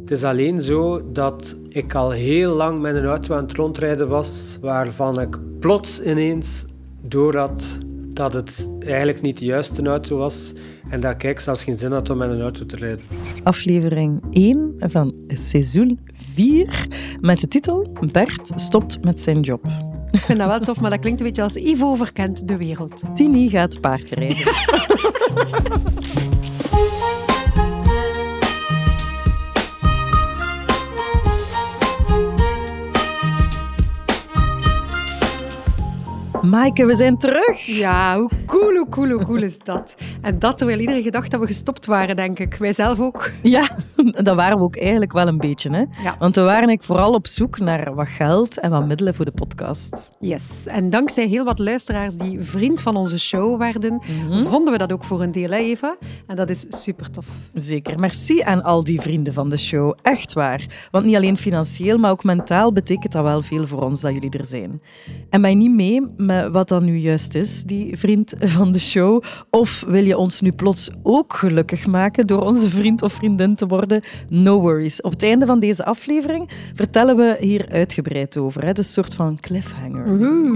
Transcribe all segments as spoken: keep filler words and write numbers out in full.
Het is alleen zo dat ik al heel lang met een auto aan het rondrijden was, waarvan ik plots ineens doorhad dat het eigenlijk niet de juiste auto was en dat ik zelfs geen zin had om met een auto te rijden. Aflevering één van seizoen vier met de titel Bert stopt met zijn job. Ik vind dat wel tof, maar dat klinkt een beetje als Ivo verkent de wereld. Tini gaat paardrijden. Maaike, we zijn terug. Ja, hoe cool, hoe cool, hoe cool is dat? En dat terwijl iedereen gedacht dat we gestopt waren, denk ik. Wij zelf ook. Ja, dat waren we ook eigenlijk wel een beetje. Hè? Ja. Want we waren eigenlijk vooral op zoek naar wat geld en wat middelen voor de podcast. Yes. En dankzij heel wat luisteraars die vriend van onze show werden, mm-hmm. vonden we dat ook voor een deel, hè, Eva? En dat is super tof. Zeker. Merci aan al die vrienden van de show. Echt waar. Want niet alleen financieel, maar ook mentaal betekent dat wel veel voor ons dat jullie er zijn. En mij niet mee met wat dan nu juist is, die vriend van de show. Of wil je ons nu plots ook gelukkig maken door onze vriend of vriendin te worden? No worries. Op het einde van deze aflevering vertellen we hier uitgebreid over. Hè? Het is een soort van cliffhanger.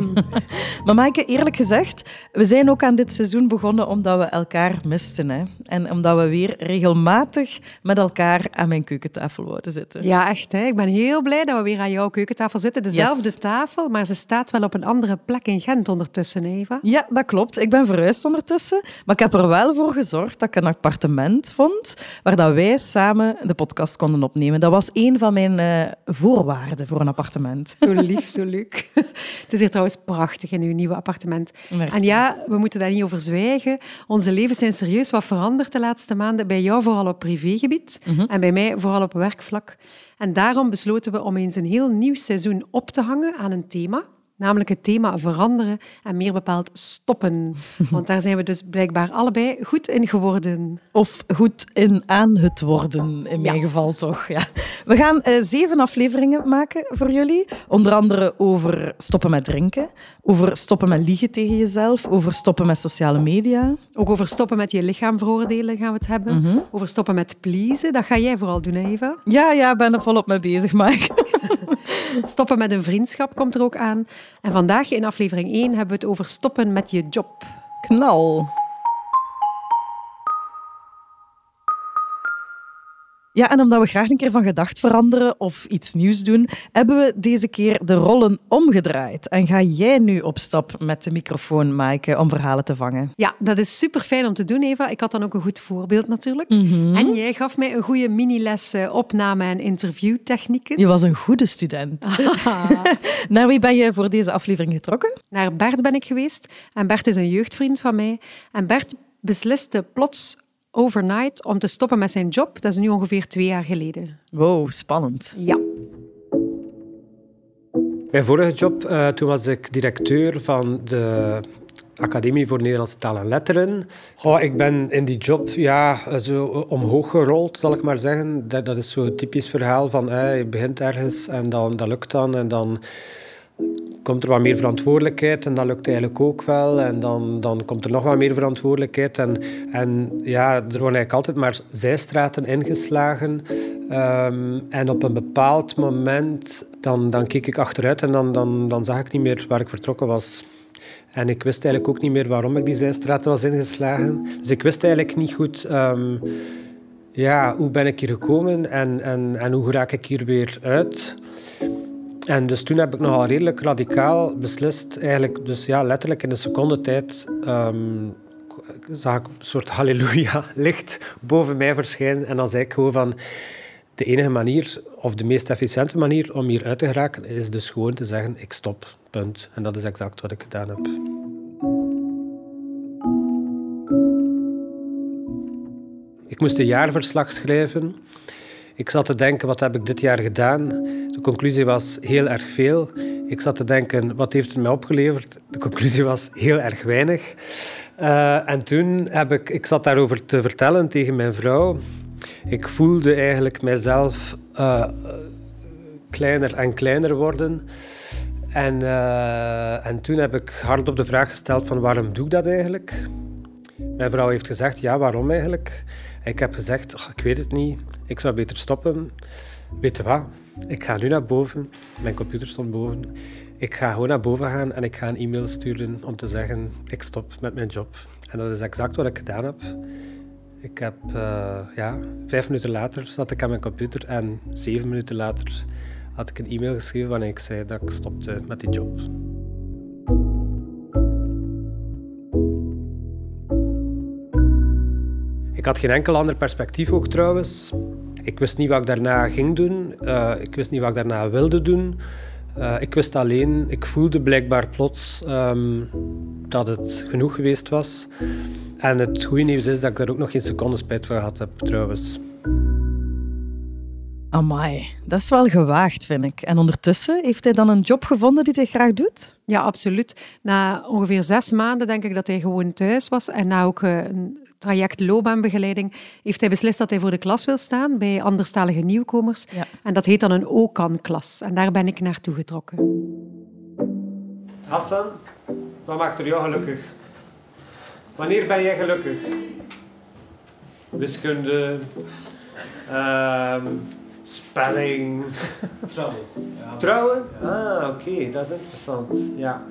Maar Maaike, eerlijk gezegd, we zijn ook aan dit seizoen begonnen omdat we elkaar misten. Hè? En omdat we weer regelmatig met elkaar aan mijn keukentafel wouden zitten. Ja, echt. Hè? Ik ben heel blij dat we weer aan jouw keukentafel zitten. Dezelfde Yes. tafel, maar ze staat wel op een andere plek in Gent ondertussen, Eva. Ja, dat klopt. Ik ben verhuisd ondertussen. Maar ik heb er wel voor gezorgd dat ik een appartement vond waar dat wij samen de podcast konden opnemen. Dat was een van mijn uh, voorwaarden voor een appartement. Zo lief, zo leuk. Het is hier trouwens prachtig in uw nieuwe appartement. Merci. En ja, we moeten daar niet over zwijgen. Onze levens zijn serieus wat veranderd de laatste maanden. Bij jou vooral op privégebied mm-hmm. en bij mij vooral op werkvlak. En daarom besloten we om eens een heel nieuw seizoen op te hangen aan een thema. Namelijk het thema veranderen en meer bepaald stoppen. Want daar zijn we dus blijkbaar allebei goed in geworden. Of goed in aan het worden, in mijn ja. geval toch. Ja. We gaan uh, zeven afleveringen maken voor jullie. Onder andere over stoppen met drinken, over stoppen met liegen tegen jezelf, over stoppen met sociale media. Ook over stoppen met je lichaam veroordelen gaan we het hebben. Mm-hmm. Over stoppen met pleasen, dat ga jij vooral doen, Eva? Ja, ja, ik ben er volop mee bezig, Maaike. Stoppen met een vriendschap komt er ook aan. En vandaag in aflevering één hebben we het over stoppen met je job. Knal. Ja, en omdat we graag een keer van gedacht veranderen of iets nieuws doen, hebben we deze keer de rollen omgedraaid. En ga jij nu op stap met de microfoon, Maaike, om verhalen te vangen? Ja, dat is super fijn om te doen, Eva. Ik had dan ook een goed voorbeeld natuurlijk. Mm-hmm. En jij gaf mij een goede mini-les opname- en interviewtechnieken. Je was een goede student. Naar wie ben je voor deze aflevering getrokken? Naar Bert ben ik geweest. En Bert is een jeugdvriend van mij. En Bert besliste plots overnight om te stoppen met zijn job. Dat is nu ongeveer twee jaar geleden. Wow, spannend. Ja. Mijn vorige job, uh, toen was ik directeur van de Academie voor Nederlandse Taal en Letteren. Oh, ik ben in die job ja, zo omhoog gerold, zal ik maar zeggen. Dat, dat is zo'n typisch verhaal van uh, je begint ergens en dan dat lukt dan en dan komt er wat meer verantwoordelijkheid en dat lukt eigenlijk ook wel. En dan, dan komt er nog wat meer verantwoordelijkheid. En, en ja, er worden eigenlijk altijd maar zijstraten ingeslagen. Um, en op een bepaald moment, dan, dan keek ik achteruit en dan, dan, dan zag ik niet meer waar ik vertrokken was. En ik wist eigenlijk ook niet meer waarom ik die zijstraten was ingeslagen. Dus ik wist eigenlijk niet goed Um, ja, hoe ben ik hier gekomen en, en, en hoe raak ik hier weer uit. En dus toen heb ik nogal redelijk radicaal beslist, eigenlijk dus ja, letterlijk in een secondetijd um, zag ik een soort halleluja-licht boven mij verschijnen. En dan zei ik gewoon van, de enige manier, of de meest efficiënte manier om hier uit te geraken, is dus gewoon te zeggen, ik stop, punt. En dat is exact wat ik gedaan heb. Ik moest een jaarverslag schrijven. Ik zat te denken, wat heb ik dit jaar gedaan? De conclusie was heel erg veel. Ik zat te denken, wat heeft het mij opgeleverd? De conclusie was heel erg weinig. Uh, en toen heb ik, ik zat daarover te vertellen tegen mijn vrouw. Ik voelde eigenlijk mijzelf uh, kleiner en kleiner worden. En, uh, en toen heb ik hardop de vraag gesteld van waarom doe ik dat eigenlijk? Mijn vrouw heeft gezegd, ja, waarom eigenlijk? Ik heb gezegd, oh, ik weet het niet. ik zou beter stoppen. Weet je wat? Ik ga nu naar boven. Mijn computer stond boven. Ik ga gewoon naar boven gaan en ik ga een e-mail sturen om te zeggen, ik stop met mijn job. En dat is exact wat ik gedaan heb. Ik heb, uh, ja, vijf minuten later zat ik aan mijn computer en zeven minuten later had ik een e-mail geschreven waarin ik zei dat ik stopte met die job. Ik had geen enkel ander perspectief ook trouwens. Ik wist niet wat ik daarna ging doen. Uh, ik wist niet wat ik daarna wilde doen. Uh, ik wist alleen, ik voelde blijkbaar plots um, dat het genoeg geweest was. En het goede nieuws is dat ik daar ook nog geen seconde spijt van gehad heb, trouwens. Amai, dat is wel gewaagd, vind ik. En ondertussen, heeft hij dan een job gevonden die hij graag doet? Ja, absoluut. Na ongeveer zes maanden denk ik dat hij gewoon thuis was. En na ook een traject loopbaanbegeleiding heeft hij beslist dat hij voor de klas wil staan bij anderstalige nieuwkomers. Ja. En dat heet dan een O C A N-klas. En daar ben ik naartoe getrokken. Hassan, wat maakt er jou gelukkig? Wanneer ben jij gelukkig? Wiskunde, uh, spelling. Trouwen. Ja. Trouwen? Ah, oké, okay. Dat is interessant. Ja.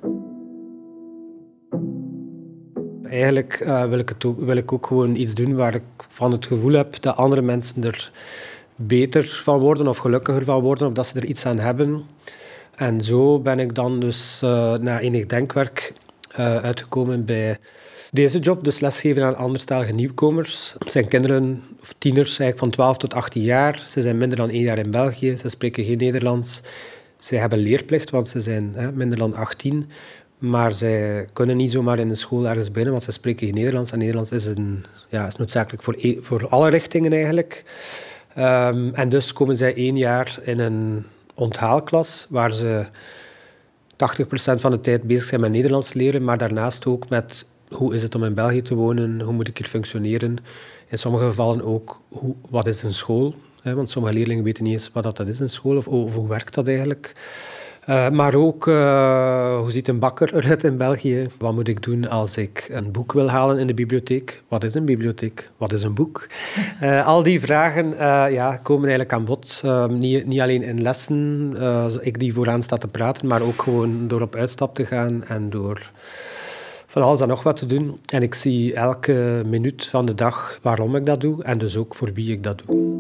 Eigenlijk uh, wil, ik het ook, wil ik ook gewoon iets doen waar ik van het gevoel heb dat andere mensen er beter van worden of gelukkiger van worden of dat ze er iets aan hebben. En zo ben ik dan dus uh, na enig denkwerk uh, uitgekomen bij deze job, dus lesgeven aan anderstalige nieuwkomers. Het zijn kinderen of tieners eigenlijk van twaalf tot achttien jaar. Ze zijn minder dan één jaar in België. Ze spreken geen Nederlands. Ze hebben leerplicht, want ze zijn hè, minder dan achttien. Maar zij kunnen niet zomaar in de school ergens binnen, want ze spreken geen Nederlands. En Nederlands is, een, ja, is noodzakelijk voor, e- voor alle richtingen eigenlijk. Um, en dus komen zij één jaar in een onthaalklas, waar ze tachtig procent van de tijd bezig zijn met Nederlands leren, maar daarnaast ook met hoe is het om in België te wonen, hoe moet ik hier functioneren. In sommige gevallen ook, hoe, wat is een school? Hè, want sommige leerlingen weten niet eens wat dat is, een school, of, of hoe werkt dat eigenlijk. Uh, maar ook, uh, hoe ziet een bakker eruit in België? Wat moet ik doen als ik een boek wil halen in de bibliotheek? Wat is een bibliotheek? Wat is een boek? Uh, al die vragen uh, ja, komen eigenlijk aan bod. Uh, niet, niet alleen in lessen, uh, ik die vooraan sta te praten, maar ook gewoon door op uitstap te gaan en door van alles en nog wat te doen. En ik zie elke minuut van de dag waarom ik dat doe en dus ook voor wie ik dat doe.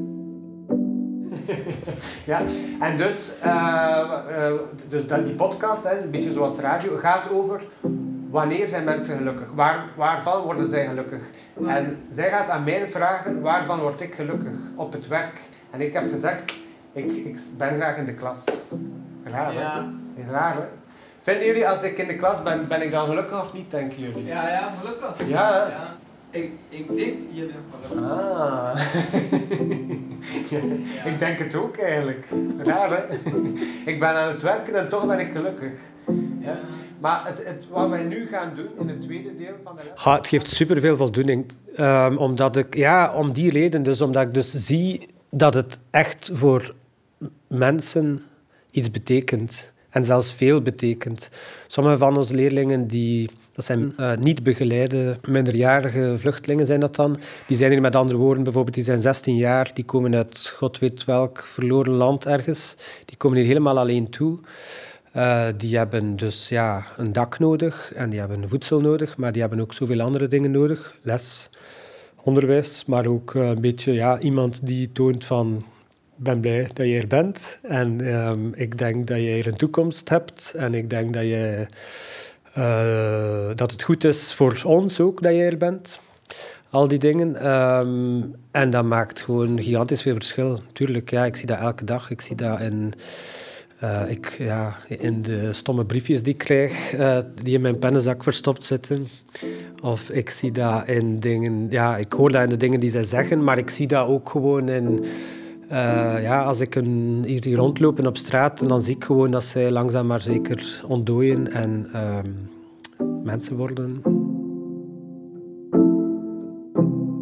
Ja, en dus, uh, uh, dus dat, die podcast, hè, een beetje zoals radio, gaat over wanneer zijn mensen gelukkig? Waar, waarvan worden zij gelukkig? En zij gaat aan mij vragen, waarvan word ik gelukkig op het werk? En ik heb gezegd, ik, ik ben graag in de klas. Raar, ja. hè? Raar, hè? Vinden jullie, als ik in de klas ben, ben ik dan gelukkig of niet, denken jullie? Ja, ja, gelukkig. Ja, ja. Ik, ik denk, je bent gelukkig. Ah. ja, ja. Ik denk het ook eigenlijk. Raar, hè? Ik ben aan het werken en toch ben ik gelukkig. Ja. Maar het, het, wat wij nu gaan doen in het tweede deel van de les... Ja, het geeft superveel voldoening. Um, omdat ik, ja, om die reden dus. Omdat ik dus zie dat het echt voor mensen iets betekent. En zelfs veel betekent. Sommige van onze leerlingen, die, dat zijn uh, niet begeleide minderjarige vluchtelingen zijn dat dan. Die zijn hier met andere woorden, bijvoorbeeld die zijn zestien jaar, die komen uit god weet welk verloren land ergens. Die komen hier helemaal alleen toe. Uh, die hebben dus ja, een dak nodig en die hebben voedsel nodig, maar die hebben ook zoveel andere dingen nodig. Les, onderwijs, maar ook uh, een beetje ja, iemand die toont van... Ik ben blij dat je er bent en um, ik denk dat je hier een toekomst hebt en ik denk dat, je, uh, dat het goed is voor ons ook dat je er bent. Al die dingen. Um, en dat maakt gewoon gigantisch veel verschil. Tuurlijk, ja, ik zie dat elke dag. Ik zie dat in, uh, ik, ja, in de stomme briefjes die ik krijg, uh, die in mijn pennenzak verstopt zitten. Of ik zie dat in dingen... Ja, ik hoor dat in de dingen die zij zeggen, maar ik zie dat ook gewoon in... Uh, ja, als ik een, hier, hier rondloop op straat, dan zie ik gewoon dat zij langzaam maar zeker ontdooien en uh, mensen worden.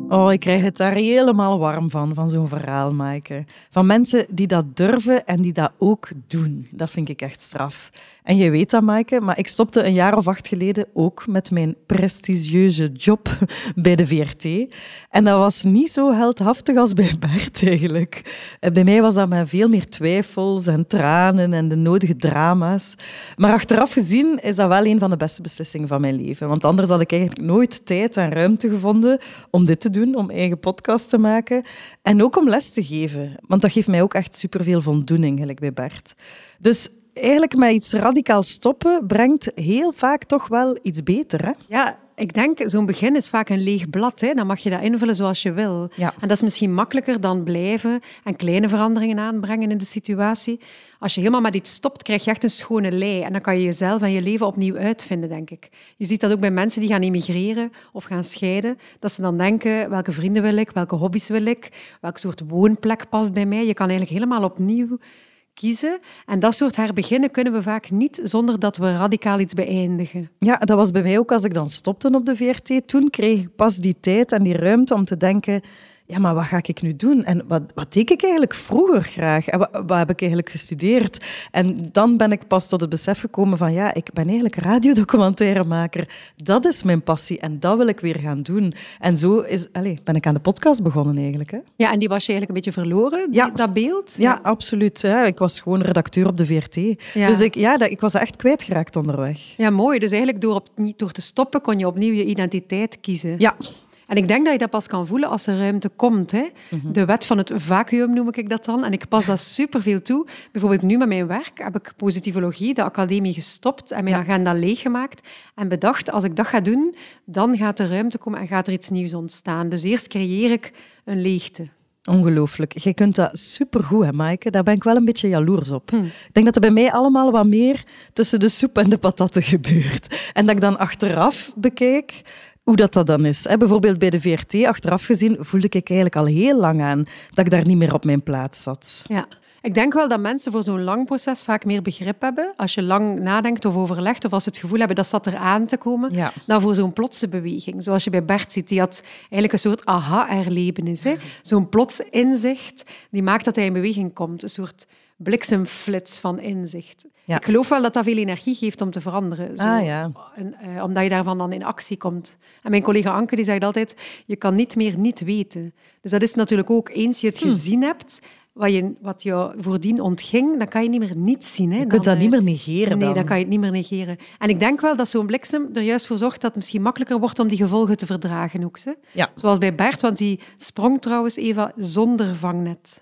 Oh, ik krijg het daar helemaal warm van, van zo'n verhaal, Maaike. Van mensen die dat durven en die dat ook doen. Dat vind ik echt straf. En je weet dat, Maaike, maar ik stopte een jaar of acht geleden ook met mijn prestigieuze job bij de V R T. En dat was niet zo heldhaftig als bij Bert, eigenlijk. Bij mij was dat met veel meer twijfels en tranen en de nodige drama's. Maar achteraf gezien is dat wel een van de beste beslissingen van mijn leven. Want anders had ik eigenlijk nooit tijd en ruimte gevonden om dit te doen, om eigen podcast te maken. En ook om les te geven. Want dat geeft mij ook echt superveel voldoening, gelijk bij Bert. Dus eigenlijk met iets radicaal stoppen brengt heel vaak toch wel iets beter, hè? Ja, ik denk, zo'n begin is vaak een leeg blad. Hè. Dan mag je dat invullen zoals je wil. Ja. En dat is misschien makkelijker dan blijven en kleine veranderingen aanbrengen in de situatie. Als je helemaal met iets stopt, krijg je echt een schone lei. En dan kan je jezelf en je leven opnieuw uitvinden, denk ik. Je ziet dat ook bij mensen die gaan emigreren of gaan scheiden. Dat ze dan denken, welke vrienden wil ik, welke hobby's wil ik, welke soort woonplek past bij mij. Je kan eigenlijk helemaal opnieuw kiezen. En dat soort herbeginnen kunnen we vaak niet zonder dat we radicaal iets beëindigen. Ja, dat was bij mij ook als ik dan stopte op de V R T. Toen kreeg ik pas die tijd en die ruimte om te denken, ja, maar wat ga ik nu doen? En wat, wat deed ik eigenlijk vroeger graag? En wat, wat heb ik eigenlijk gestudeerd? En dan ben ik pas tot het besef gekomen van, ja, ik ben eigenlijk radiodocumentairemaker. Dat is mijn passie en dat wil ik weer gaan doen. En zo is, allez, ben ik aan de podcast begonnen eigenlijk. Hè? Ja, en die was je eigenlijk een beetje verloren, die, Ja. dat beeld? Ja, ja, absoluut. Ja, ik was gewoon redacteur op de V R T. Ja. Dus ik, ja, dat, ik was echt kwijtgeraakt onderweg. Ja, mooi. Dus eigenlijk door, op, door te stoppen kon je opnieuw je identiteit kiezen. Ja. En ik denk dat je dat pas kan voelen als er ruimte komt. Hè. Mm-hmm. De wet van het vacuüm noem ik dat dan. En ik pas dat superveel toe. Bijvoorbeeld nu met mijn werk heb ik positivologie, de academie, gestopt en mijn Ja. agenda leeggemaakt. En bedacht, als ik dat ga doen, dan gaat er ruimte komen en gaat er iets nieuws ontstaan. Dus eerst creëer ik een leegte. Ongelooflijk. Jij kunt dat supergoed, hè, Maaike? Daar ben ik wel een beetje jaloers op. Hm. Ik denk dat er bij mij allemaal wat meer tussen de soep en de patatten gebeurt. En dat ik dan achteraf bekijk hoe dat, dat dan is. Bijvoorbeeld bij de V R T, achteraf gezien, voelde ik eigenlijk al heel lang aan dat ik daar niet meer op mijn plaats zat. Ja. Ik denk wel dat mensen voor zo'n lang proces vaak meer begrip hebben. Als je lang nadenkt of overlegt, of als ze het gevoel hebben dat zat er aan te komen, Ja. dan voor zo'n plotse beweging. Zoals je bij Bert ziet, die had eigenlijk een soort aha-erlevenis. Hè? Zo'n plots inzicht, die maakt dat hij in beweging komt. Een soort bliksemflits van inzicht. Ja. Ik geloof wel dat dat veel energie geeft om te veranderen. Zo, Ah, ja. en, eh, omdat je daarvan dan in actie komt. En mijn collega Anke die zegt altijd, je kan niet meer niet weten. Dus dat is natuurlijk ook, eens je het Hm. gezien hebt, wat je, wat je voordien ontging, dan kan je niet meer niet zien. Hè. Je kunt Dan, dat eh, niet meer negeren Nee, dan. dan kan je het niet meer negeren. En ik denk wel dat zo'n bliksem er juist voor zorgt dat het misschien makkelijker wordt om die gevolgen te verdragen ook. Hè. Ja. Zoals bij Bert, want die sprong trouwens, Eva, zonder vangnet.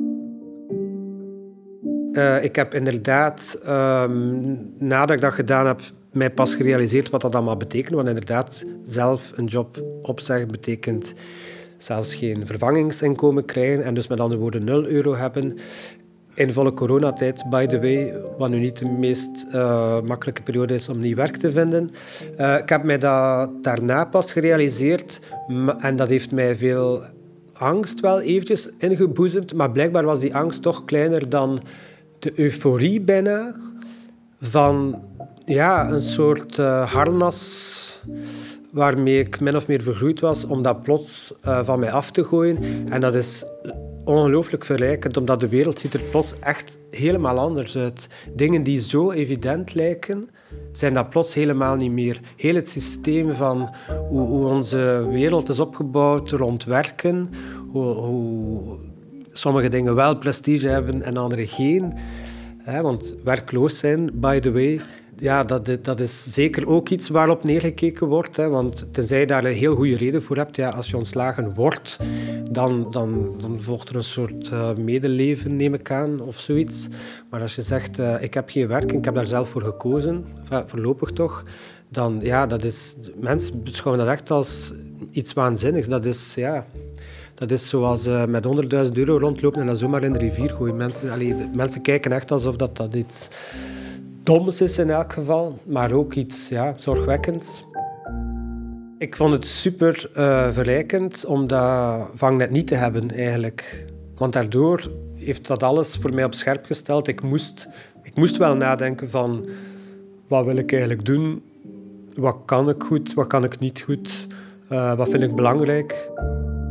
Uh, ik heb inderdaad, um, nadat ik dat gedaan heb, mij pas gerealiseerd wat dat allemaal betekent. Want inderdaad, zelf een job opzeggen betekent zelfs geen vervangingsinkomen krijgen. En dus met andere woorden nul euro hebben. In volle coronatijd, by the way, wat nu niet de meest uh, makkelijke periode is om nieuw werk te vinden. Uh, ik heb mij dat daarna pas gerealiseerd. En dat heeft mij veel angst wel eventjes ingeboezemd. Maar blijkbaar was die angst toch kleiner dan de euforie bijna. Van ja, een soort uh, harnas waarmee ik min of meer vergroeid was om dat plots uh, van mij af te gooien. En dat is ongelooflijk verrijkend, omdat de wereld ziet er plots echt helemaal anders uit. Dingen die zo evident lijken, zijn dat plots helemaal niet meer. Heel het systeem van hoe, hoe onze wereld is opgebouwd rond werken, hoe, hoe sommige dingen wel prestige hebben en andere geen. He, want werkloos zijn, by the way, ja, dat, dat is zeker ook iets waarop neergekeken wordt. Hè, want tenzij je daar een heel goede reden voor hebt, ja, als je ontslagen wordt, dan, dan, dan volgt er een soort uh, medeleven, neem ik aan, of zoiets. Maar als je zegt, uh, ik heb geen werk en ik heb daar zelf voor gekozen, enfin, voorlopig toch, dan ja, dat is, mensen beschouwen dat echt als iets waanzinnigs. Dat is, ja... Dat is zoals uh, met honderdduizend euro rondlopen en dat zomaar in de rivier gooien. Mensen, allee, de, mensen kijken echt alsof dat, dat iets doms is in elk geval, maar ook iets ja, zorgwekkends. Ik vond het super uh, verrijkend om dat vangnet niet te hebben, eigenlijk. Want daardoor heeft dat alles voor mij op scherp gesteld. Ik moest, ik moest wel nadenken van, wat wil ik eigenlijk doen? Wat kan ik goed, wat kan ik niet goed? Uh, wat vind ik belangrijk?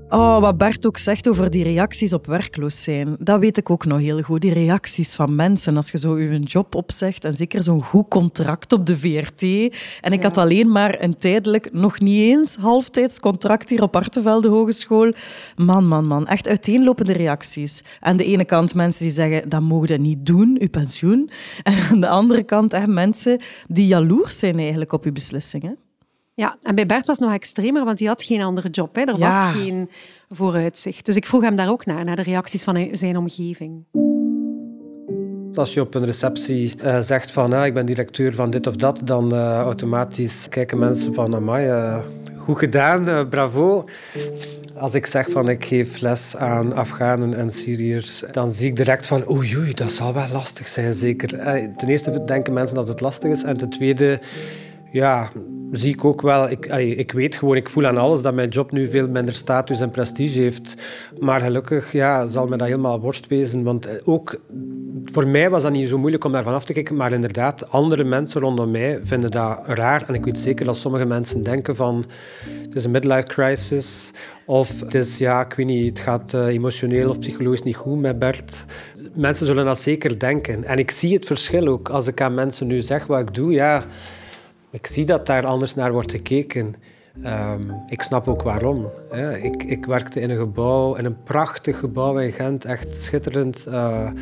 Oh, wat Bert ook zegt over die reacties op werkloos zijn, dat weet ik ook nog heel goed. Die reacties van mensen, als je zo je job opzegt en zeker zo'n goed contract op de V R T. En ik Ja. had alleen maar een tijdelijk, nog niet eens halftijds contract hier op Artevelde Hogeschool. Man, man, man. Echt uiteenlopende reacties. Aan de ene kant mensen die zeggen, dat mogen je niet doen, je pensioen. En aan de andere kant echt mensen die jaloers zijn eigenlijk op je beslissingen. Ja, en bij Bert was het nog extremer, want hij had geen andere job. Hè. Er Ja. was geen vooruitzicht. Dus ik vroeg hem daar ook naar, naar de reacties van zijn omgeving. Als je op een receptie uh, zegt van ah, ik ben directeur van dit of dat, dan uh, automatisch kijken mensen van amai, uh, goed gedaan, uh, bravo. Als ik zeg van ik geef les aan Afghanen en Syriërs, dan zie ik direct van oei, oei, dat zal wel lastig zijn, zeker. Uh, ten eerste denken mensen dat het lastig is en ten tweede... Ja, zie ik ook wel. Ik, allee, ik weet gewoon, ik voel aan alles dat mijn job nu veel minder status en prestige heeft. Maar gelukkig ja, zal me dat helemaal worst wezen. Want ook voor mij was dat niet zo moeilijk om daarvan af te kijken. Maar inderdaad, andere mensen rondom mij vinden dat raar. En ik weet zeker dat sommige mensen denken van... Het is een midlife crisis. Of het is, ja, ik weet niet, het gaat uh, emotioneel of psychologisch niet goed met Bert. Mensen zullen dat zeker denken. En ik zie het verschil ook. Als ik aan mensen nu zeg wat ik doe, ja... Ik zie dat daar anders naar wordt gekeken. Um, ik snap ook waarom. Hè. Ik, ik werkte in een gebouw, in een prachtig gebouw in Gent, echt schitterend. Uh,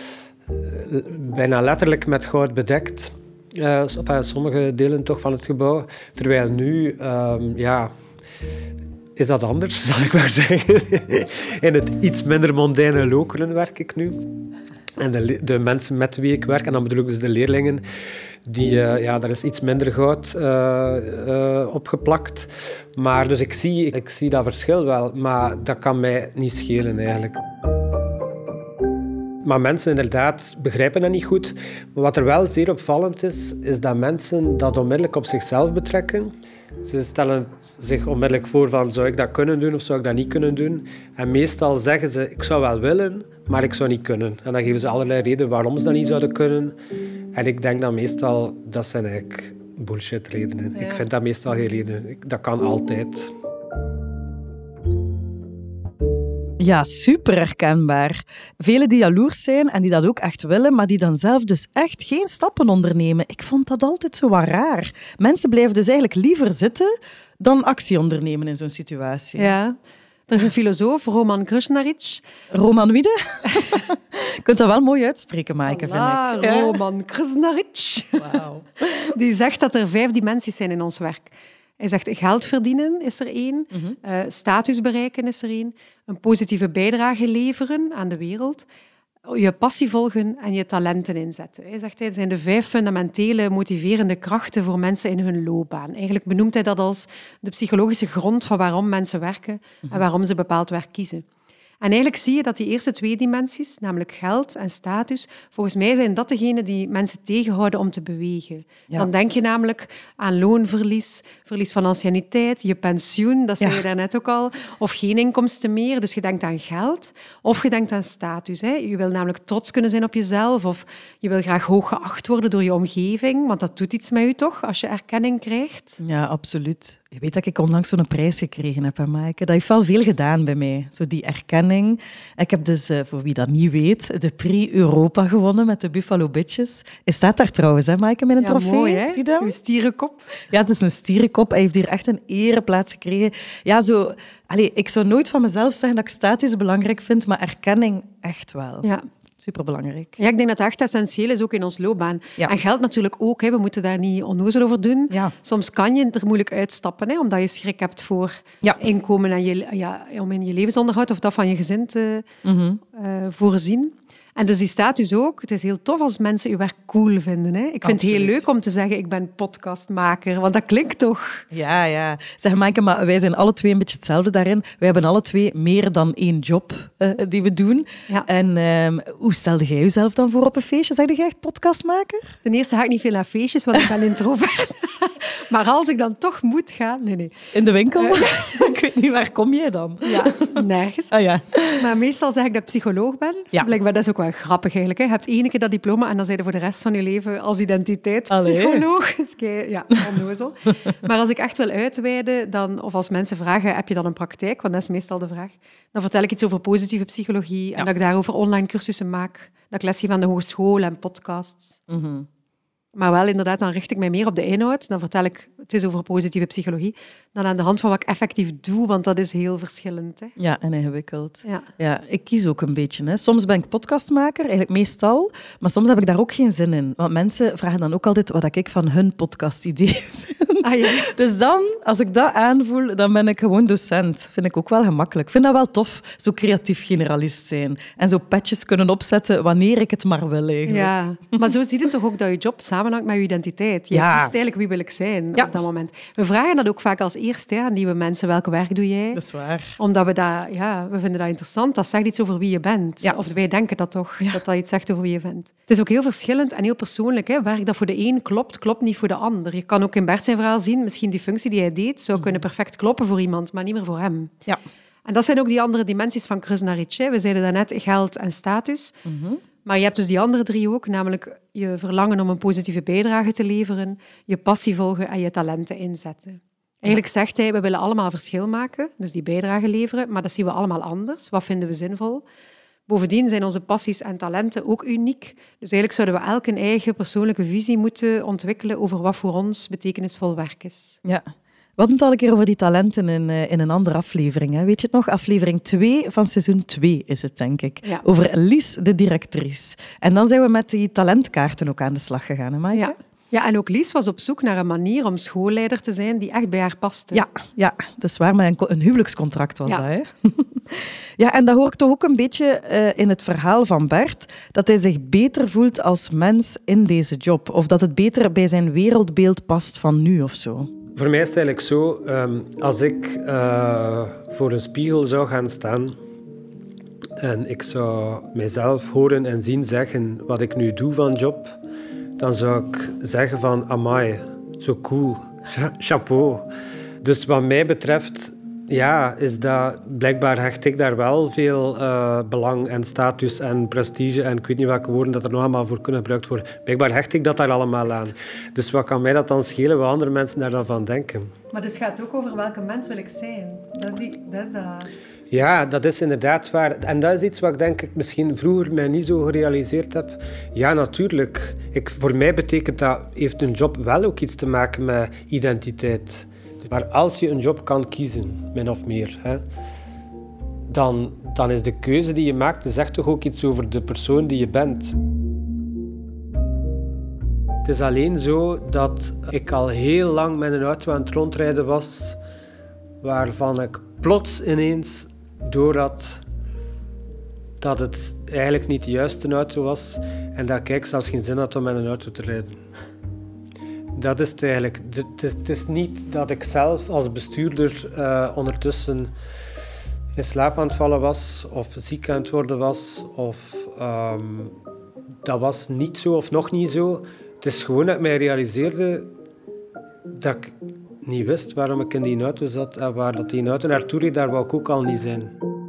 bijna letterlijk met goud bedekt. Uh, enfin, sommige delen toch van het gebouw. Terwijl nu, um, ja... Is dat anders, zal ik maar zeggen. In het iets minder mondaine Lokeren werk ik nu. En de, de mensen met wie ik werk, en dan bedoel ik dus de leerlingen, die, uh, ja, daar is iets minder goud uh, uh, opgeplakt. Maar dus ik zie, ik zie dat verschil wel, maar dat kan mij niet schelen eigenlijk. Maar mensen inderdaad begrijpen dat niet goed. Maar wat er wel zeer opvallend is, is dat mensen dat onmiddellijk op zichzelf betrekken. Ze stellen zich onmiddellijk voor van, zou ik dat kunnen doen of zou ik dat niet kunnen doen? En meestal zeggen ze, ik zou wel willen, maar ik zou niet kunnen. En dan geven ze allerlei redenen waarom ze dat niet zouden kunnen. En ik denk dan meestal, dat zijn eigenlijk bullshit redenen. Ja. Ik vind dat meestal geen reden. Dat kan altijd. Ja, super herkenbaar. Velen die jaloers zijn en die dat ook echt willen, maar die dan zelf dus echt geen stappen ondernemen. Ik vond dat altijd zo wat raar. Mensen blijven dus eigenlijk liever zitten dan actie ondernemen in zo'n situatie. Ja. Er is een filosoof, Roman Krznaric. Roman Wiede? Je kunt dat wel mooi uitspreken, Maaike, vind ik. Ja, Roman Krznaric. Wauw. Die zegt dat er vijf dimensies zijn in ons werk. Hij zegt, geld verdienen is er één, Mm-hmm. uh, status bereiken is er één, een positieve bijdrage leveren aan de wereld, je passie volgen en je talenten inzetten. Hij zegt, het zijn de vijf fundamentele motiverende krachten voor mensen in hun loopbaan. Eigenlijk benoemt hij dat als de psychologische grond van waarom mensen werken mm-hmm. en waarom ze bepaald werk kiezen. En eigenlijk zie je dat die eerste twee dimensies, namelijk geld en status, volgens mij zijn dat degene die mensen tegenhouden om te bewegen. Ja. Dan denk je namelijk aan loonverlies, verlies van anciëniteit, je pensioen, dat zei ja. je daarnet ook al, of geen inkomsten meer. Dus je denkt aan geld of je denkt aan status. Hè. Je wil namelijk trots kunnen zijn op jezelf of je wil graag hoog geacht worden door je omgeving, want dat doet iets met je toch, als je erkenning krijgt. Ja, absoluut. Je weet dat ik onlangs zo'n prijs gekregen heb, Maaike. Dat heeft wel veel gedaan bij mij, zo die erkenning. Ik heb dus, voor wie dat niet weet, de Prix Europa gewonnen met de Buffalo Bitches. Hij staat daar trouwens, hè, Maaike, met een ja, trofee. Mooi, hè? Zie je dat? Uw stierenkop. Ja, het is een stierenkop. Hij heeft hier echt een ereplaats gekregen. Ja, zo... Allee, ik zou nooit van mezelf zeggen dat ik status belangrijk vind, maar erkenning echt wel. Ja. Superbelangrijk. Ja, ik denk dat dat echt essentieel is, ook in ons loopbaan. Ja. En geld natuurlijk ook. Hè. We moeten daar niet onnozel over doen. Ja. Soms kan je er moeilijk uitstappen, hè, omdat je schrik hebt voor ja. inkomen en je, ja, om in je levensonderhoud of dat van je gezin te mm-hmm. uh, voorzien. En dus die status ook. Het is heel tof als mensen je werk cool vinden. Hè. Ik vind Absoluut. het heel leuk om te zeggen, ik ben podcastmaker. Want dat klinkt toch... Ja, ja. Zeg, Maaike, maar wij zijn alle twee een beetje hetzelfde daarin. Wij hebben alle twee meer dan één job uh, die we doen. Ja. En um, hoe stelde jij jezelf dan voor op een feestje? Zeg jij echt podcastmaker? Ten eerste ga ik niet veel naar feestjes, want ik ben introvert. Maar als ik dan toch moet gaan... Nee, nee. In de winkel? Uh, ik weet weet niet, waar kom jij dan? Ja, nergens. Ah, ja. Maar meestal zeg ik dat ik psycholoog ben. Ja. Blijkbaar, dat is ook wel grappig eigenlijk. Hè. Je hebt één keer dat diploma en dan zijn je voor de rest van je leven als identiteit Allee. psycholoog. Dus kei- ja, onnozel. Maar als ik echt wil uitweiden, dan, of als mensen vragen, heb je dan een praktijk? Want dat is meestal de vraag. Dan vertel ik iets over positieve psychologie en Ja. dat ik daarover online cursussen maak. Dat ik lesgeef aan de hogeschool en podcasts. Mhm. Maar wel, inderdaad, dan richt ik mij meer op de inhoud. Dan vertel ik, het is over positieve psychologie, dan aan de hand van wat ik effectief doe, want dat is heel verschillend. Hè. Ja, en ingewikkeld. Ja. Ja, ik kies ook een beetje. Hè. Soms ben ik podcastmaker, eigenlijk meestal. Maar soms heb ik daar ook geen zin in. Want mensen vragen dan ook altijd wat ik van hun podcastidee vind. Ah, ja. Dus dan, als ik dat aanvoel, dan ben ik gewoon docent. Vind ik ook wel gemakkelijk. Ik vind dat wel tof, zo creatief generalist zijn. En zo patches kunnen opzetten wanneer ik het maar wil, eigenlijk. Ja, maar zo zie je toch ook dat je job samenhangt met je identiteit. Je Ja. kiest eigenlijk wie wil ik zijn Ja. op dat moment. We vragen dat ook vaak als eerste hè, aan nieuwe mensen. Welk werk doe jij? Dat is waar. Omdat we dat, ja, we vinden dat interessant. Dat zegt iets over wie je bent. Ja. Of wij denken dat toch, Ja. dat dat iets zegt over wie je bent. Het is ook heel verschillend en heel persoonlijk. Hè. Werk dat voor de een klopt, klopt niet voor de ander. Je kan ook in Bert zijn verhaal zien, misschien die functie die hij deed, zou kunnen perfect kloppen voor iemand, maar niet meer voor hem. Ja. En dat zijn ook die andere dimensies van Krusnaric. We zeiden daarnet geld en status. Mhm. Maar je hebt dus die andere drie ook, namelijk je verlangen om een positieve bijdrage te leveren, je passie volgen en je talenten inzetten. Eigenlijk zegt hij, we willen allemaal verschil maken, dus die bijdrage leveren, maar dat zien we allemaal anders. Wat vinden we zinvol? Bovendien zijn onze passies en talenten ook uniek. Dus eigenlijk zouden we elk een eigen persoonlijke visie moeten ontwikkelen over wat voor ons betekenisvol werk is. Ja. We hadden het al een keer over die talenten in, uh, in een andere aflevering. Hè. Weet je het nog? Aflevering twee van seizoen twee is het, denk ik. Ja. Over Lies, de directrice. En dan zijn we met die talentkaarten ook aan de slag gegaan, hè, Maaike? Ja. Ja, en ook Lies was op zoek naar een manier om schoolleider te zijn die echt bij haar paste. Ja, ja, dat is waar, maar een, een huwelijkscontract was Ja. dat. Hè? Ja, en dat hoor ik toch ook een beetje uh, in het verhaal van Bert, dat hij zich beter voelt als mens in deze job. Of dat het beter bij zijn wereldbeeld past van nu of zo. Voor mij is het eigenlijk zo, um, als ik uh, voor een spiegel zou gaan staan en ik zou mijzelf horen en zien zeggen wat ik nu doe van job, dan zou ik zeggen van, amai, zo cool, chapeau. Dus wat mij betreft, ja, is dat, blijkbaar hecht ik daar wel veel uh, belang en status en prestige en ik weet niet welke woorden dat er nog allemaal voor kunnen gebruikt worden. Blijkbaar hecht ik dat daar allemaal aan. Dus wat kan mij dat dan schelen, wat andere mensen daar dan van denken? Maar dus gaat het ook over welke mens wil ik zijn. Dat is, die, dat, is dat. Ja, dat is inderdaad waar. En dat is iets wat ik denk ik misschien vroeger mij niet zo gerealiseerd heb. Ja, natuurlijk. Ik, voor mij betekent dat, heeft een job wel ook iets te maken met identiteit. Maar als je een job kan kiezen, min of meer, hè, dan, dan is de keuze die je maakt, dat zegt toch ook iets over de persoon die je bent. Het is alleen zo dat ik al heel lang met een auto aan het rondrijden was, waarvan ik plots ineens doorhad dat het eigenlijk niet de juiste auto was en dat ik zelfs geen zin had om met een auto te rijden. Dat is het eigenlijk. Het is, het is niet dat ik zelf als bestuurder uh, ondertussen in slaap aan het vallen was of ziek aan het worden was. Of, um, dat was niet zo of nog niet zo. Het is gewoon dat ik mij realiseerde dat ik niet wist waarom ik in die auto zat en waar dat die auto naartoe reed, daar wou ik ook al niet zijn.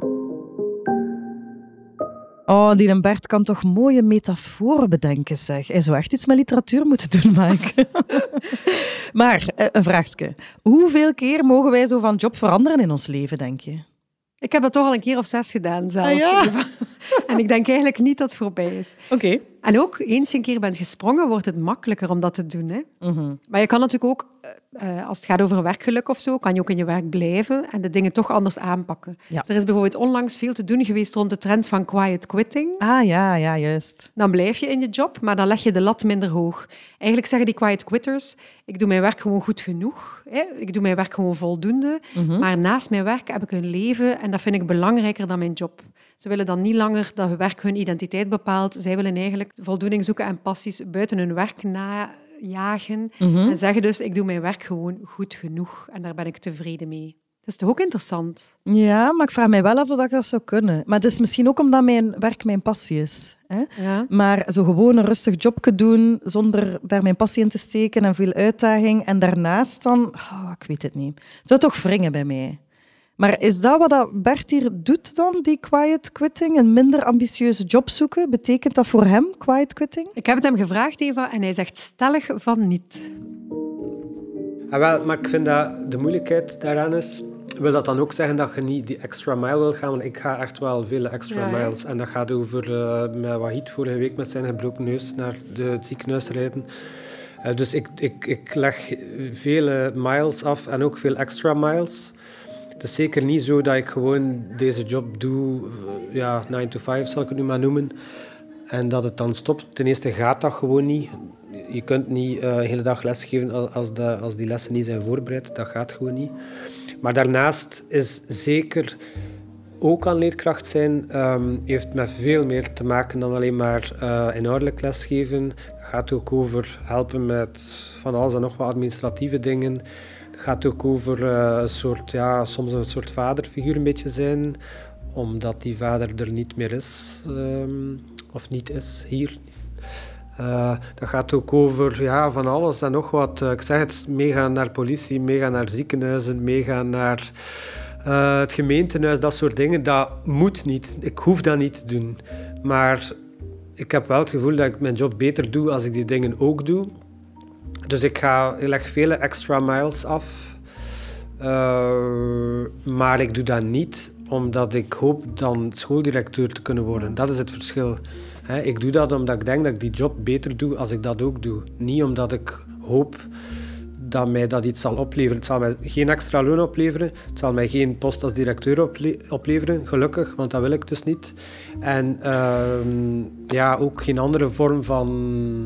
Oh, die Bert kan toch mooie metaforen bedenken, zeg. Hij zou echt iets met literatuur moeten doen, Mike. Maar, een vraagje. Hoeveel keer mogen wij zo van job veranderen in ons leven, denk je? Ik heb dat toch al een keer of zes gedaan zelf. Ah, ja? En ik denk eigenlijk niet dat het voorbij is. Oké. Okay. En ook, eens je een keer bent gesprongen, wordt het makkelijker om dat te doen. Hè? Mm-hmm. Maar je kan natuurlijk ook, uh, als het gaat over werkgeluk of zo, kan je ook in je werk blijven en de dingen toch anders aanpakken. Ja. Er is bijvoorbeeld onlangs veel te doen geweest rond de trend van quiet quitting. Ah ja, ja, juist. Dan blijf je in je job, maar dan leg je de lat minder hoog. Eigenlijk zeggen die quiet quitters, ik doe mijn werk gewoon goed genoeg. Hè? Ik doe mijn werk gewoon voldoende. Mm-hmm. Maar naast mijn werk heb ik een leven en dat vind ik belangrijker dan mijn job. Ze willen dan niet langer dat hun werk hun identiteit bepaalt. Zij willen eigenlijk voldoening zoeken en passies buiten hun werk najagen. Mm-hmm. En zeggen dus, ik doe mijn werk gewoon goed genoeg. En daar ben ik tevreden mee. Dat is toch ook interessant? Ja, maar ik vraag mij wel af of dat, dat zou kunnen. Maar het is misschien ook omdat mijn werk mijn passie is. Hè? Ja. Maar zo gewoon een rustig jobje doen, zonder daar mijn passie in te steken en veel uitdaging. En daarnaast dan, oh, ik weet het niet. Het zou toch wringen bij mij. Maar is dat wat dat Bert hier doet dan, die quiet quitting? Een minder ambitieuze job zoeken? Betekent dat voor hem, quiet quitting? Ik heb het hem gevraagd, Eva, en hij zegt stellig van niet. Ah, wel, maar ik vind dat de moeilijkheid daaraan is... Wil dat dan ook zeggen dat je niet die extra mile wil gaan? Want ik ga echt wel vele extra ja, ja. miles. En dat gaat over uh, met Wahid vorige week met zijn gebroken neus naar de, het ziekenhuis rijden. Uh, dus ik, ik, ik leg vele miles af en ook veel extra miles. Het is zeker niet zo dat ik gewoon deze job doe, uh, ja, nine to five zal ik het nu maar noemen. En dat het dan stopt. Ten eerste gaat dat gewoon niet. Je kunt niet uh, de hele dag lesgeven als, de, als die lessen niet zijn voorbereid. Dat gaat gewoon niet. Maar daarnaast is zeker ook aan leerkracht zijn, um, heeft met veel meer te maken dan alleen maar uh, inhoudelijk lesgeven. Het gaat ook over helpen met van alles en nog wat administratieve dingen. Het gaat ook over uh, een soort, ja, soms een soort vaderfiguur een beetje zijn, omdat die vader er niet meer is, um, of niet is hier. Uh, dat gaat ook over ja, van alles en nog wat. Uh, ik zeg het, meegaan naar politie, meegaan naar ziekenhuizen, meegaan naar uh, het gemeentehuis, dat soort dingen. Dat moet niet. Ik hoef dat niet te doen. Maar ik heb wel het gevoel dat ik mijn job beter doe als ik die dingen ook doe. Dus ik, ga, ik leg vele extra miles af. Uh, maar ik doe dat niet omdat ik hoop dan schooldirecteur te kunnen worden. Dat is het verschil. He, ik doe dat omdat ik denk dat ik die job beter doe als ik dat ook doe. Niet omdat ik hoop dat mij dat iets zal opleveren. Het zal mij geen extra loon opleveren. Het zal mij geen post als directeur ople- opleveren, gelukkig, want dat wil ik dus niet. En uh, ja, ook geen andere vorm van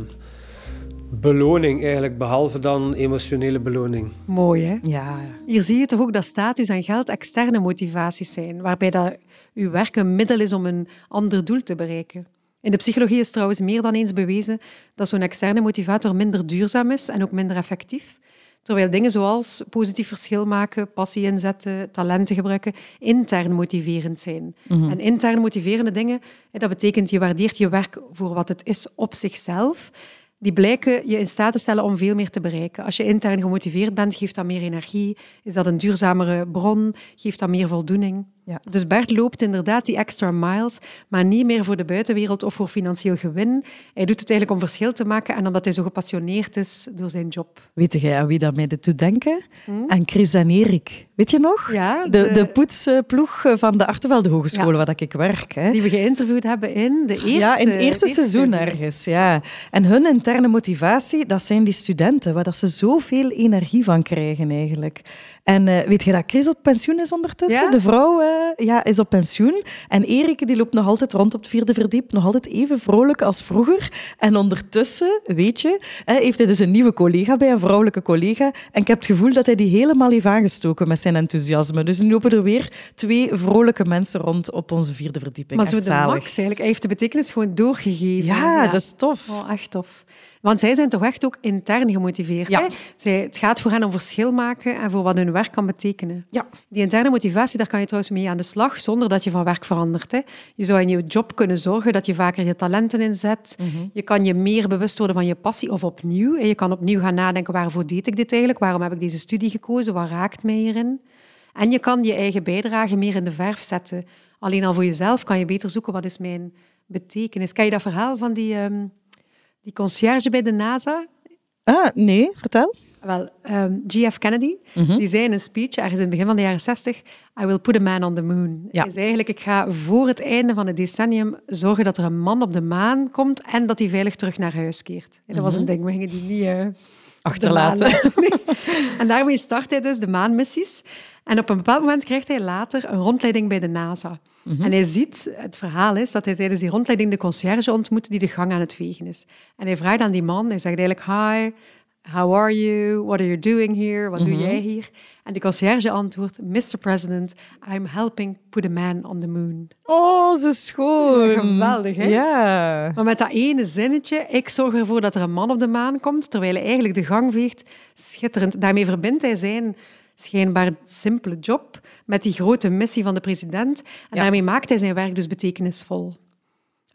beloning eigenlijk, behalve dan emotionele beloning. Mooi, hè? Ja. Hier zie je toch ook dat status en geld externe motivaties zijn, waarbij dat uw werk een middel is om een ander doel te bereiken. In de psychologie is trouwens meer dan eens bewezen dat zo'n externe motivator minder duurzaam is en ook minder effectief. Terwijl dingen zoals positief verschil maken, passie inzetten, talenten gebruiken, intern motiverend zijn. Mm-hmm. En intern motiverende dingen, dat betekent je waardeert je werk voor wat het is op zichzelf. Die blijken je in staat te stellen om veel meer te bereiken. Als je intern gemotiveerd bent, geeft dat meer energie. Is dat een duurzamere bron? Geeft dat meer voldoening? Ja. Dus Bert loopt inderdaad die extra miles, maar niet meer voor de buitenwereld of voor financieel gewin. Hij doet het eigenlijk om verschil te maken en omdat hij zo gepassioneerd is door zijn job. Weet jij aan wie dat mij dit doet denken? Hm? Aan Chris en Erik. Weet je nog? Ja, de... De, de poetsploeg van de Artevelde Hogeschool, ja, waar ik werk. Hè. Die we geïnterviewd hebben in de eerste... Ja, in het eerste, eerste seizoen, seizoen ergens. Ja. En hun interne motivatie, dat zijn die studenten, waar dat ze zoveel energie van krijgen eigenlijk. En uh, weet je dat Chris op pensioen is ondertussen? Ja? De vrouw uh, ja, is op pensioen. En Erik die loopt nog altijd rond op het vierde verdiep, nog altijd even vrolijk als vroeger. En ondertussen, weet je, uh, heeft hij dus een nieuwe collega bij, een vrouwelijke collega. En ik heb het gevoel dat hij die helemaal heeft aangestoken met zijn enthousiasme. Dus nu lopen er weer twee vrolijke mensen rond op onze vierde verdieping. Maar zo echt de zalig. max eigenlijk. Hij heeft de betekenis gewoon doorgegeven. Ja, ja. Dat is tof. Oh, echt tof. Want zij zijn toch echt ook intern gemotiveerd. Ja. Hè? Zij, het gaat voor hen om verschil maken en voor wat hun werk kan betekenen. Ja. Die interne motivatie, daar kan je trouwens mee aan de slag zonder dat je van werk verandert. Hè? Je zou in je job kunnen zorgen dat je vaker je talenten inzet. Mm-hmm. Je kan je meer bewust worden van je passie of opnieuw. Je kan opnieuw gaan nadenken, waarvoor deed ik dit eigenlijk? Waarom heb ik deze studie gekozen? Wat raakt mij hierin? En je kan je eigen bijdrage meer in de verf zetten. Alleen al voor jezelf kan je beter zoeken, wat is mijn betekenis? Ken je dat verhaal van die... Um, Die conciërge bij de NASA. Ah, nee, vertel. Wel, um, J F Kennedy, mm-hmm. die zei in een speech, ergens in het begin van de jaren zestig, I will put a man on the moon. Ja. Hij zei eigenlijk, ik ga voor het einde van het decennium zorgen dat er een man op de maan komt en dat hij veilig terug naar huis keert. En dat mm-hmm. was een ding, we gingen die niet... Uh, achterlaten. Nee. En daarmee start hij dus de maanmissies. En op een bepaald moment krijgt hij later een rondleiding bij de NASA. Mm-hmm. En hij ziet, het verhaal is dat hij tijdens die rondleiding de conciërge ontmoet die de gang aan het vegen is. En hij vraagt aan die man, hij zegt eigenlijk, hi, how are you? What are you doing here? Wat mm-hmm. doe jij hier? En de conciërge antwoordt, mister President, I'm helping put a man on the moon. Oh, zo schoon. Ja, geweldig, hè? Ja. Maar met dat ene zinnetje, ik zorg ervoor dat er een man op de maan komt, terwijl hij eigenlijk de gang veegt, schitterend. Daarmee verbindt hij zijn schijnbaar simpele job met die grote missie van de president. En ja. daarmee maakt hij zijn werk dus betekenisvol.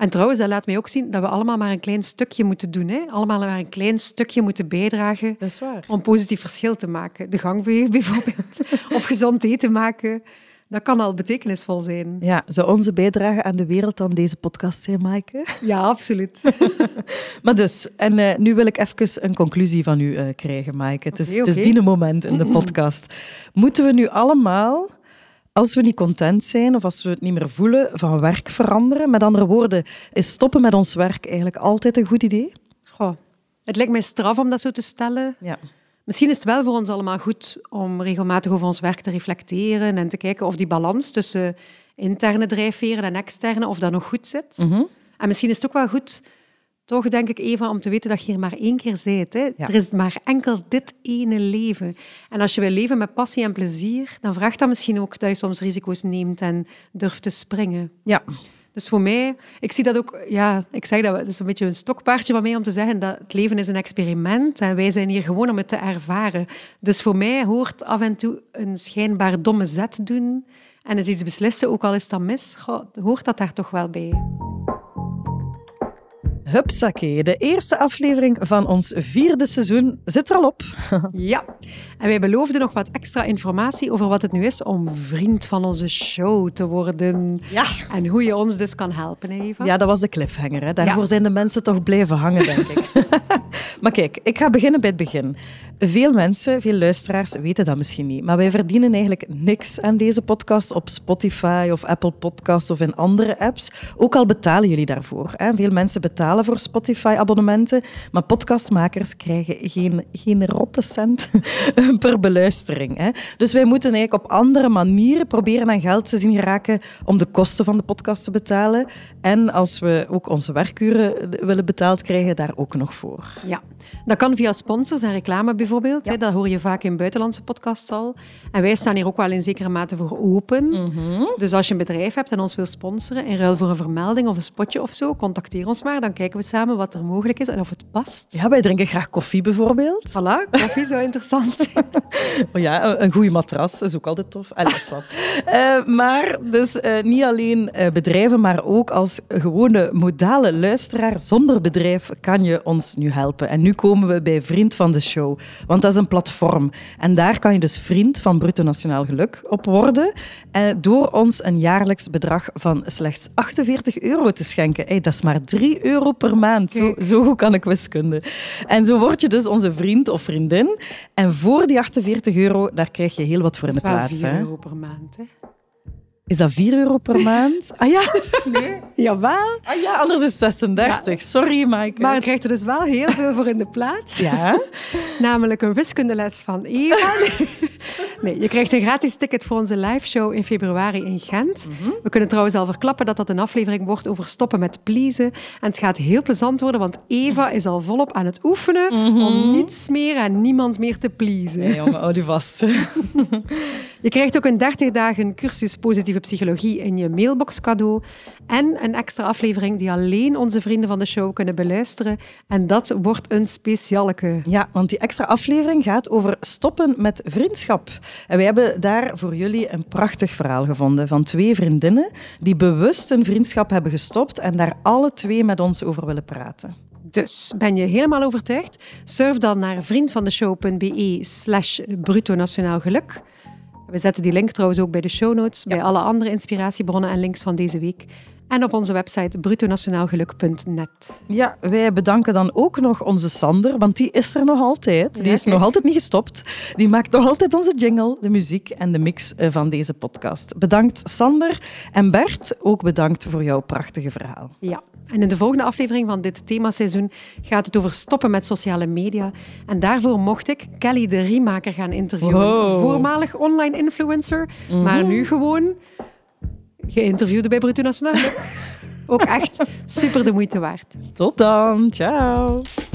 En trouwens, dat laat mij ook zien dat we allemaal maar een klein stukje moeten doen. Hè? Allemaal maar een klein stukje moeten bijdragen Dat is waar. om positief verschil te maken. De gangveeg bijvoorbeeld. Of gezond eten maken. Dat kan al betekenisvol zijn. Ja, zou onze bijdrage aan de wereld dan deze podcast zijn, Maaike? Ja, absoluut. Maar dus, en uh, nu wil ik even een conclusie van u uh, krijgen, Maaike. Het is, Okay, het is okay. die moment in de podcast. Moeten we nu allemaal, als we niet content zijn of als we het niet meer voelen, van werk veranderen? Met andere woorden, is stoppen met ons werk eigenlijk altijd een goed idee? Goh, het lijkt mij straf om dat zo te stellen. Ja. Misschien is het wel voor ons allemaal goed om regelmatig over ons werk te reflecteren en te kijken of die balans tussen interne drijfveren en externe, of dat nog goed zit. Mm-hmm. En misschien is het ook wel goed, toch denk ik, Eva, om te weten dat je hier maar één keer bent. Hè? Ja. Er is maar enkel dit ene leven. En als je wil leven met passie en plezier, dan vraagt dat misschien ook dat je soms risico's neemt en durft te springen. Ja. Dus voor mij, ik zie dat ook, ja, ik zeg dat, het is een beetje een stokpaardje van mij om te zeggen dat het leven is een experiment en wij zijn hier gewoon om het te ervaren. Dus voor mij hoort af en toe een schijnbaar domme zet doen en eens iets beslissen, ook al is dat mis, goh, hoort dat daar toch wel bij. Hupsakee, de eerste aflevering van ons vierde seizoen zit er al op. Ja, en wij beloofden nog wat extra informatie over wat het nu is om vriend van onze show te worden. Ja. En hoe je ons dus kan helpen, hè, Eva? Ja, dat was de cliffhanger. Hè. Daarvoor Ja. zijn de mensen toch blijven hangen, denk ik. Maar kijk, ik ga beginnen bij het begin. Veel mensen, veel luisteraars weten dat misschien niet, maar wij verdienen eigenlijk niks aan deze podcast op Spotify of Apple Podcasts of in andere apps. Ook al betalen jullie daarvoor. Hè. Veel mensen betalen voor Spotify-abonnementen, maar podcastmakers krijgen geen, geen rotte cent per beluistering. Hè. Dus wij moeten eigenlijk op andere manieren proberen aan geld te zien geraken om de kosten van de podcast te betalen. En als we ook onze werkuren willen betaald krijgen, daar ook nog voor. Ja, dat kan via sponsors en reclame bijvoorbeeld. Ja. Hè, dat hoor je vaak in buitenlandse podcasts al. En wij staan hier ook wel in zekere mate voor open. Mm-hmm. Dus als je een bedrijf hebt en ons wil sponsoren in ruil voor een vermelding of een spotje of zo, contacteer ons maar. Dan kijken we samen wat er mogelijk is en of het past. Ja, wij drinken graag koffie bijvoorbeeld. Voilà, koffie zou interessant zijn. Oh ja, een, een goede matras is ook altijd tof. Allee, is wat. Uh, maar dus uh, niet alleen uh, bedrijven, maar ook als gewone modale luisteraar zonder bedrijf kan je ons nu helpen. En nu komen we bij Vriend van de Show, want dat is een platform. En daar kan je dus vriend van Bruto Nationaal Geluk op worden uh, door ons een jaarlijks bedrag van slechts achtenveertig euro te schenken. Hey, dat is maar drie euro per maand. Zo, zo goed kan ik wiskunde. En zo word je dus onze vriend of vriendin. En voor die achtenveertig euro, daar krijg je heel wat voor in de Dat is wel plaats. vier Hè? euro per maand. Hè? Is dat vier euro per maand? Ah ja? Nee. Jawel. Ah ja, anders is het zesendertig. Ja. Sorry, Maaike. Maar je krijgt er dus wel heel veel voor in de plaats. Ja? Namelijk een wiskundeles van Eva. Nee, je krijgt een gratis ticket voor onze liveshow in februari in Gent. Mm-hmm. We kunnen trouwens al verklappen dat dat een aflevering wordt over stoppen met pleasen. En het gaat heel plezant worden, want Eva is al volop aan het oefenen mm-hmm. om niets meer en niemand meer te pleasen. Ja, jongen, hou die vast. Je krijgt ook een dertig dagen cursus positieve psychologie in je mailbox cadeau. En een extra aflevering die alleen onze vrienden van de show kunnen beluisteren. En dat wordt een specialeke. Ja, want die extra aflevering gaat over stoppen met vriendschap. En wij hebben daar voor jullie een prachtig verhaal gevonden van twee vriendinnen die bewust hun vriendschap hebben gestopt en daar alle twee met ons over willen praten. Dus, ben je helemaal overtuigd? Surf dan naar vriendvandeshow.be slash bruto nationaal geluk. We zetten die link trouwens ook bij de show notes, ja. bij alle andere inspiratiebronnen en links van deze week. En op onze website bruto nationaal geluk punt net. Ja, wij bedanken dan ook nog onze Sander, want die is er nog altijd. Die ja, is kijk. nog altijd niet gestopt. Die maakt nog altijd onze jingle, de muziek en de mix van deze podcast. Bedankt Sander. En Bert, ook bedankt voor jouw prachtige verhaal. Ja, en in de volgende aflevering van dit themaseizoen gaat het over stoppen met sociale media. En daarvoor mocht ik Kelly de Riemaker gaan interviewen. Wow. Voormalig online influencer, mm. maar nu gewoon geïnterviewd bij Bruto Nationaal. Ook echt super de moeite waard. Tot dan. Ciao.